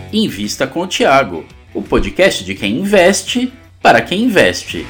Invista com o Thiago, o podcast de quem investe para quem investe.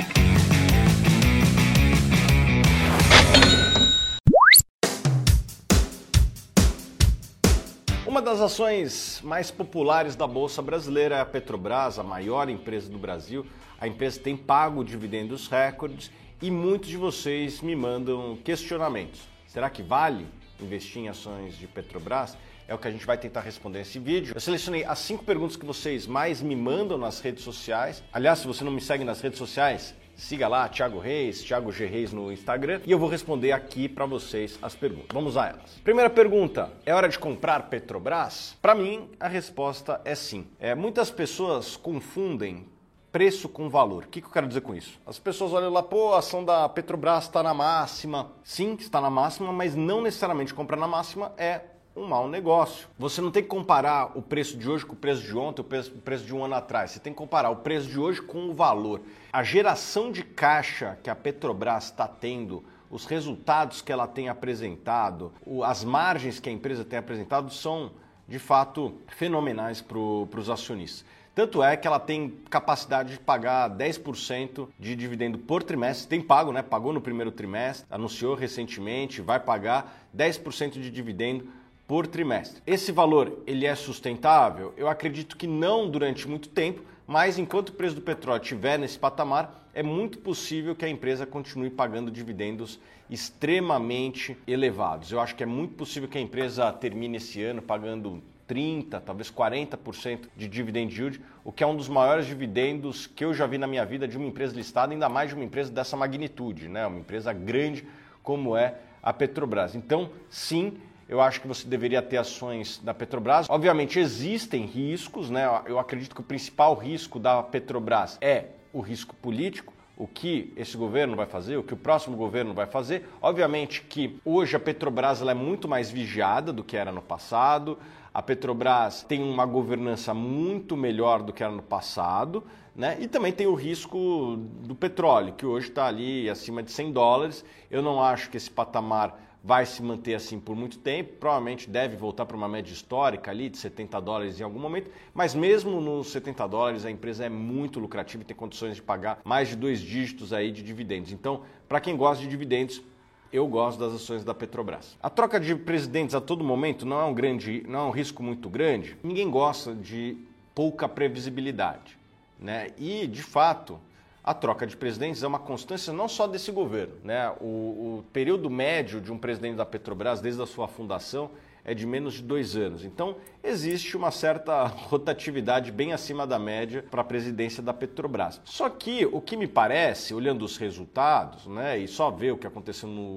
Uma das ações mais populares da Bolsa Brasileira é a Petrobras, a maior empresa do Brasil. A empresa tem pago dividendos recordes e muitos de vocês me mandam questionamentos. Será que vale investir em ações de Petrobras? É o que a gente vai tentar responder nesse vídeo. Eu selecionei as 5 perguntas que vocês mais me mandam nas redes sociais. Aliás, se você não me segue nas redes sociais, siga lá, Thiago Reis, Thiago G. Reis no Instagram, e eu vou responder aqui para vocês as perguntas. Vamos a elas. Primeira pergunta, é hora de comprar Petrobras? Para mim, a resposta é sim. Muitas pessoas confundem preço com valor. O que eu quero dizer com isso? As pessoas olham lá, a ação da Petrobras está na máxima. Sim, está na máxima, mas não necessariamente comprar na máxima é um mau negócio. Você não tem que comparar o preço de hoje com o preço de ontem, o preço de um ano atrás. Você tem que comparar o preço de hoje com o valor. A geração de caixa que a Petrobras está tendo, os resultados que ela tem apresentado, as margens que a empresa tem apresentado são, de fato, fenomenais para os acionistas. Tanto é que ela tem capacidade de pagar 10% de dividendo por trimestre. Tem pago, né? Pagou no primeiro trimestre, anunciou recentemente, vai pagar 10% de dividendo por trimestre. Esse valor, ele é sustentável? Eu acredito que não durante muito tempo, mas enquanto o preço do petróleo estiver nesse patamar, é muito possível que a empresa continue pagando dividendos extremamente elevados. Eu acho que é muito possível que a empresa termine esse ano pagando 30%, talvez 40% de dividend yield, o que é um dos maiores dividendos que eu já vi na minha vida de uma empresa listada, ainda mais de uma empresa dessa magnitude, né? Uma empresa grande como é a Petrobras. Então, sim, eu acho que você deveria ter ações da Petrobras. Obviamente existem riscos, né? Eu acredito que o principal risco da Petrobras é o risco político, o que esse governo vai fazer, o que o próximo governo vai fazer. Obviamente que hoje a Petrobras ela é muito mais vigiada do que era no passado. A Petrobras tem uma governança muito melhor do que era no passado, né? E também tem o risco do petróleo, que hoje está ali acima de $100. Eu não acho que esse patamar vai se manter assim por muito tempo, provavelmente deve voltar para uma média histórica ali de $70 em algum momento, mas mesmo nos $70 a empresa é muito lucrativa e tem condições de pagar mais de 2 dígitos aí de dividendos. Então, para quem gosta de dividendos, eu gosto das ações da Petrobras. A troca de presidentes a todo momento não é um risco muito grande. Ninguém gosta de pouca previsibilidade, né? E, de fato, a troca de presidentes é uma constância não só desse governo, né? O período médio de um presidente da Petrobras, desde a sua fundação, é de menos de 2 anos. Então, existe uma certa rotatividade bem acima da média para a presidência da Petrobras. Só que o que me parece, olhando os resultados, né, e só ver o que aconteceu no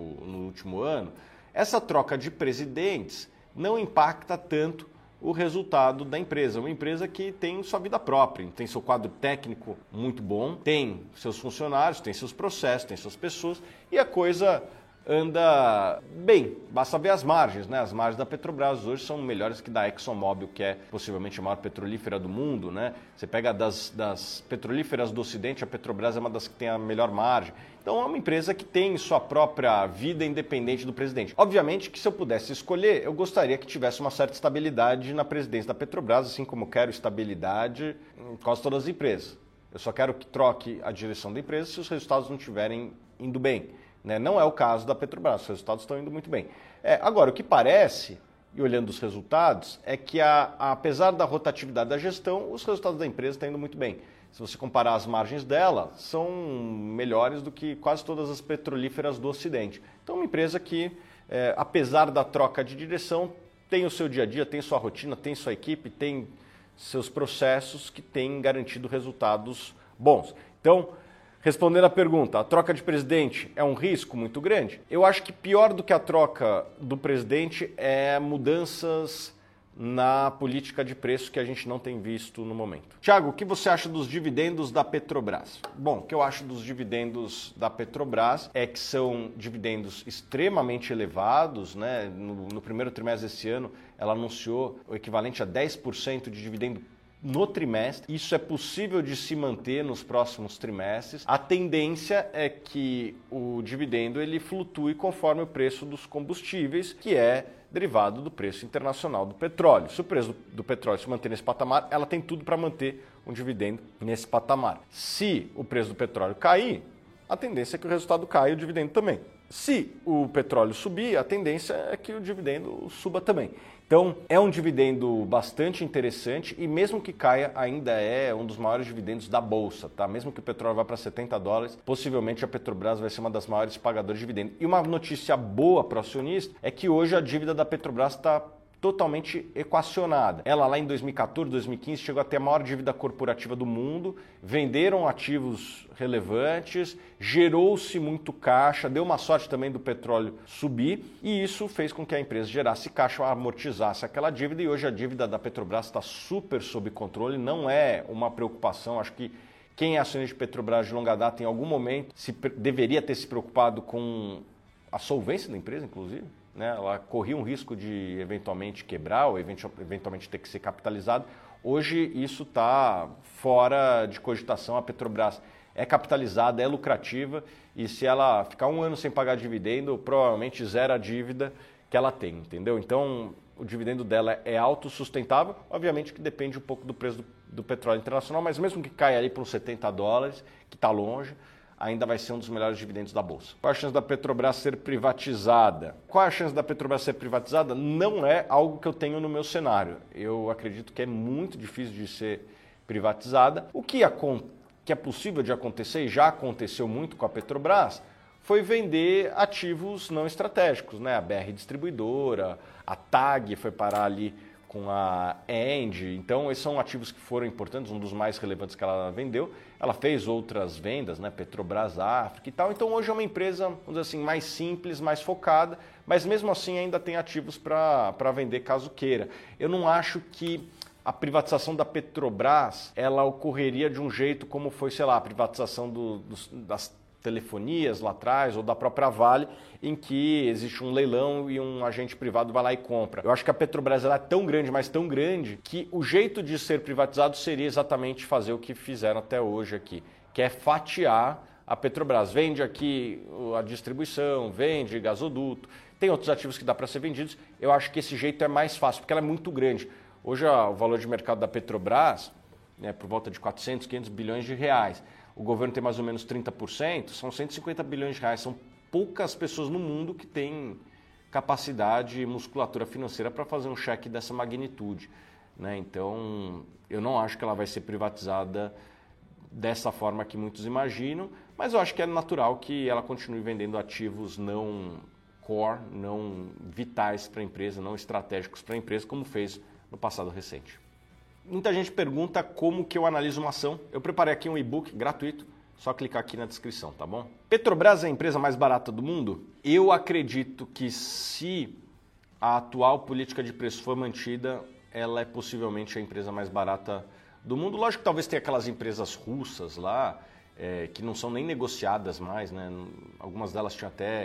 último ano, essa troca de presidentes não impacta tanto o resultado da empresa. Uma empresa que tem sua vida própria, tem seu quadro técnico muito bom, tem seus funcionários, tem seus processos, tem suas pessoas e a coisa anda bem. Basta ver as margens, né? As margens da Petrobras hoje são melhores que da ExxonMobil, que é possivelmente a maior petrolífera do mundo, né? Você pega das petrolíferas do Ocidente, a Petrobras é uma das que tem a melhor margem. Então é uma empresa que tem sua própria vida independente do presidente. Obviamente que se eu pudesse escolher, eu gostaria que tivesse uma certa estabilidade na presidência da Petrobras, assim como eu quero estabilidade em quase todas as empresas. Eu só quero que troque a direção da empresa se os resultados não estiverem indo bem, né? Não é o caso da Petrobras, os resultados estão indo muito bem. Agora, o que parece, e olhando os resultados, é que apesar da rotatividade da gestão, os resultados da empresa estão indo muito bem. Se você comparar as margens dela, são melhores do que quase todas as petrolíferas do Ocidente. Então, uma empresa que, apesar da troca de direção, tem o seu dia a dia, tem sua rotina, tem sua equipe, tem seus processos que têm garantido resultados bons. Então, respondendo à pergunta, a troca de presidente é um risco muito grande? Eu acho que pior do que a troca do presidente é mudanças na política de preço que a gente não tem visto no momento. Thiago, o que você acha dos dividendos da Petrobras? Bom, o que eu acho dos dividendos da Petrobras é que são dividendos extremamente elevados, né? No primeiro trimestre desse ano, ela anunciou o equivalente a 10% de dividendo no trimestre. Isso é possível de se manter nos próximos trimestres. A tendência é que o dividendo ele flutue conforme o preço dos combustíveis, que é derivado do preço internacional do petróleo. Se o preço do petróleo se manter nesse patamar, ela tem tudo para manter um dividendo nesse patamar. Se o preço do petróleo cair, a tendência é que o resultado caia e o dividendo também. Se o petróleo subir, a tendência é que o dividendo suba também. Então, é um dividendo bastante interessante e mesmo que caia, ainda é um dos maiores dividendos da Bolsa, tá? Mesmo que o petróleo vá para $70, possivelmente a Petrobras vai ser uma das maiores pagadoras de dividendos. E uma notícia boa para o acionista é que hoje a dívida da Petrobras está totalmente equacionada. Ela lá em 2014, 2015 chegou a ter a maior dívida corporativa do mundo, venderam ativos relevantes, gerou-se muito caixa, deu uma sorte também do petróleo subir e isso fez com que a empresa gerasse caixa, amortizasse aquela dívida e hoje a dívida da Petrobras está super sob controle, não é uma preocupação, acho que quem é acionista de Petrobras de longa data em algum momento deveria ter se preocupado com a solvência da empresa, inclusive. Né? Ela corria um risco de eventualmente quebrar ou eventualmente ter que ser capitalizado. Hoje isso está fora de cogitação. A Petrobras é capitalizada, é lucrativa e se ela ficar um ano sem pagar dividendo, provavelmente zera a dívida que ela tem, entendeu? Então o dividendo dela é autossustentável, obviamente que depende um pouco do preço do petróleo internacional, mas mesmo que caia ali para uns $70, que está longe, ainda vai ser um dos melhores dividendos da Bolsa. Qual a chance da Petrobras ser privatizada? Qual a chance da Petrobras ser privatizada? Não é algo que eu tenho no meu cenário. Eu acredito que é muito difícil de ser privatizada. O que é possível de acontecer, e já aconteceu muito com a Petrobras, foi vender ativos não estratégicos, né? A BR Distribuidora, a TAG foi parar ali com a ENGIE, então esses são ativos que foram importantes, um dos mais relevantes que ela vendeu. Ela fez outras vendas, né, Petrobras África e tal, então hoje é uma empresa, vamos dizer assim, mais simples, mais focada, mas mesmo assim ainda tem ativos para vender caso queira. Eu não acho que a privatização da Petrobras, ela ocorreria de um jeito como foi, sei lá, a privatização das telefonias lá atrás ou da própria Vale, em que existe um leilão e um agente privado vai lá e compra. Eu acho que a Petrobras ela é tão grande, mas tão grande, que o jeito de ser privatizado seria exatamente fazer o que fizeram até hoje aqui, que é fatiar a Petrobras. Vende aqui a distribuição, vende gasoduto, tem outros ativos que dá para ser vendidos. Eu acho que esse jeito é mais fácil, porque ela é muito grande. Hoje o valor de mercado da Petrobras é por volta de 400, 500 bilhões de reais. O governo tem mais ou menos 30%, são 150 bilhões de reais. São poucas pessoas no mundo que têm capacidade e musculatura financeira para fazer um cheque dessa magnitude, né? Então, eu não acho que ela vai ser privatizada dessa forma que muitos imaginam, mas eu acho que é natural que ela continue vendendo ativos não core, não vitais para a empresa, não estratégicos para a empresa, como fez no passado recente. Muita gente pergunta como que eu analiso uma ação. Eu preparei aqui um e-book gratuito, só clicar aqui na descrição, tá bom? Petrobras é a empresa mais barata do mundo? Eu acredito que se a atual política de preço for mantida, ela é possivelmente a empresa mais barata do mundo. Lógico que talvez tenha aquelas empresas russas lá, que não são nem negociadas mais, né? Algumas delas tinham até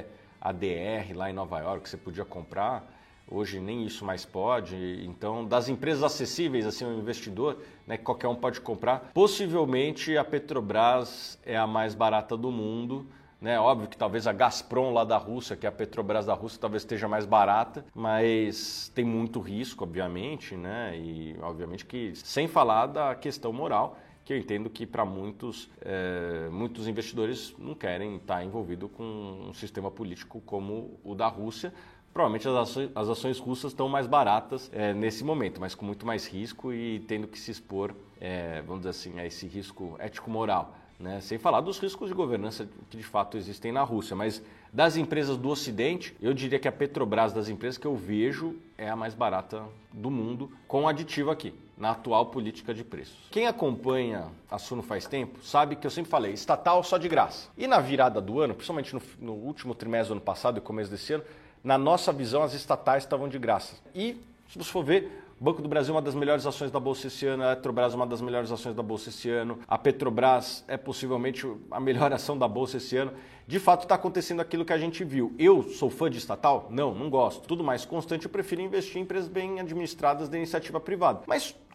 ADR lá em Nova York, que você podia comprar. Hoje nem isso mais pode, então das empresas acessíveis assim ao investidor, né, que qualquer um pode comprar, possivelmente a Petrobras é a mais barata do mundo, né? Óbvio que talvez a Gazprom lá da Rússia, que é a Petrobras da Rússia, talvez esteja mais barata, mas tem muito risco, obviamente, né? E obviamente que sem falar da questão moral, que eu entendo que para muitos investidores não querem estar envolvido com um sistema político como o da Rússia. Provavelmente as ações russas estão mais baratas nesse momento, mas com muito mais risco e tendo que se expor, vamos dizer assim, a esse risco ético-moral, né? Sem falar dos riscos de governança que de fato existem na Rússia. Mas das empresas do Ocidente, eu diria que a Petrobras das empresas que eu vejo é a mais barata do mundo, com aditivo aqui, na atual política de preços. Quem acompanha a Suno faz tempo sabe que eu sempre falei, estatal só de graça. E na virada do ano, principalmente no último trimestre do ano passado e começo desse ano, na nossa visão, as estatais estavam de graça. E, se você for ver, o Banco do Brasil é uma das melhores ações da Bolsa esse ano, a Eletrobras é uma das melhores ações da Bolsa esse ano, a Petrobras é possivelmente a melhor ação da Bolsa esse ano. De fato, está acontecendo aquilo que a gente viu. Eu sou fã de estatal? Não gosto. Tudo mais constante, eu prefiro investir em empresas bem administradas da iniciativa privada. Mas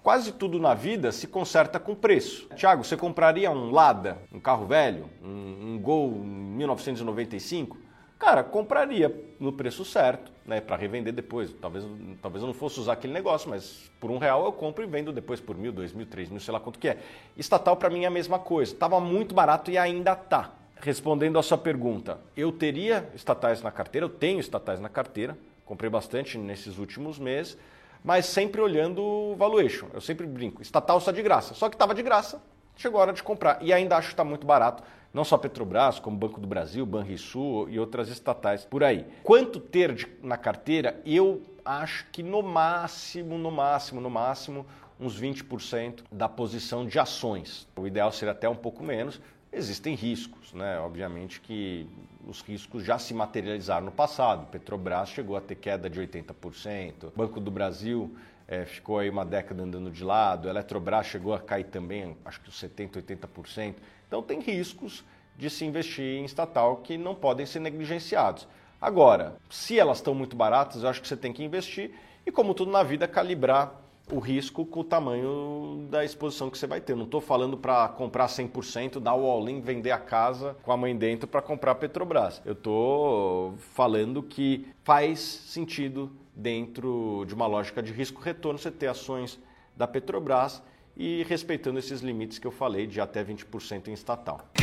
Quase tudo na vida se conserta com preço. Thiago, você compraria um Lada, um carro velho, um Gol 1995? Cara, compraria no preço certo, né, para revender depois. Talvez eu não fosse usar aquele negócio, mas por R$1 eu compro e vendo depois por 1.000, 2.000, 3.000, sei lá quanto que é. Estatal para mim é a mesma coisa. Estava muito barato e ainda tá. Respondendo a sua pergunta, eu teria estatais na carteira, eu tenho estatais na carteira, comprei bastante nesses últimos meses, mas sempre olhando o valuation. Eu sempre brinco, estatal está de graça. Só que estava de graça, chegou a hora de comprar. E ainda acho que está muito barato, não só Petrobras, como Banco do Brasil, Banrisul e outras estatais por aí. Quanto ter na carteira? Eu acho que no máximo, uns 20% da posição de ações. O ideal seria até um pouco menos. Existem riscos, né? Obviamente que os riscos já se materializaram no passado. Petrobras chegou a ter queda de 80%, Banco do Brasil ficou aí uma década andando de lado, Eletrobras chegou a cair também, acho que 70%, 80%. Então tem riscos de se investir em estatal que não podem ser negligenciados. Agora, se elas estão muito baratas, eu acho que você tem que investir e, como tudo na vida, calibrar o risco com o tamanho da exposição que você vai ter. Não estou falando para comprar 100%, dar o all-in, vender a casa com a mãe dentro para comprar a Petrobras. Eu estou falando que faz sentido, dentro de uma lógica de risco-retorno, você ter ações da Petrobras e respeitando esses limites que eu falei de até 20% em estatal.